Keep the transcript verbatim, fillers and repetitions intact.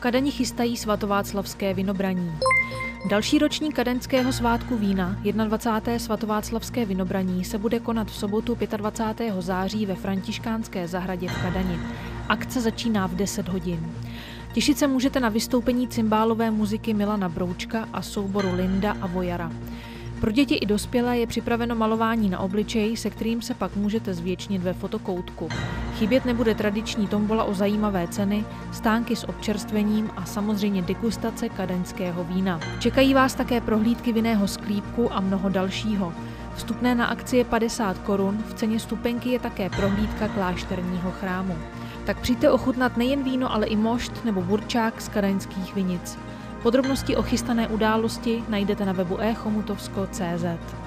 Kadani chystají svatováclavské vinobraní. Další ročník kadaňského svátku vína, dvacátého prvního svatováclavské vinobraní, se bude konat v sobotu dvacátého pátého září ve Františkánské zahradě v Kadani. Akce začíná v deset hodin. Těšit se můžete na vystoupení cymbálové muziky Milana Broučka a souboru Linda a Vojara. Pro děti i dospělé je připraveno malování na obličej, se kterým se pak můžete zvětšnit ve fotokoutku. Chybět nebude tradiční tombola o zajímavé ceny, stánky s občerstvením a samozřejmě degustace kadaňského vína. Čekají vás také prohlídky vinného sklípku a mnoho dalšího. Vstupné na akci je padesát korun, v ceně vstupenky je také prohlídka klášterního chrámu. Tak přijďte ochutnat nejen víno, ale i mošt nebo burčák z kadaňských vinic. Podrobnosti o chystané události najdete na webu e chomutovsko tečka cé zet.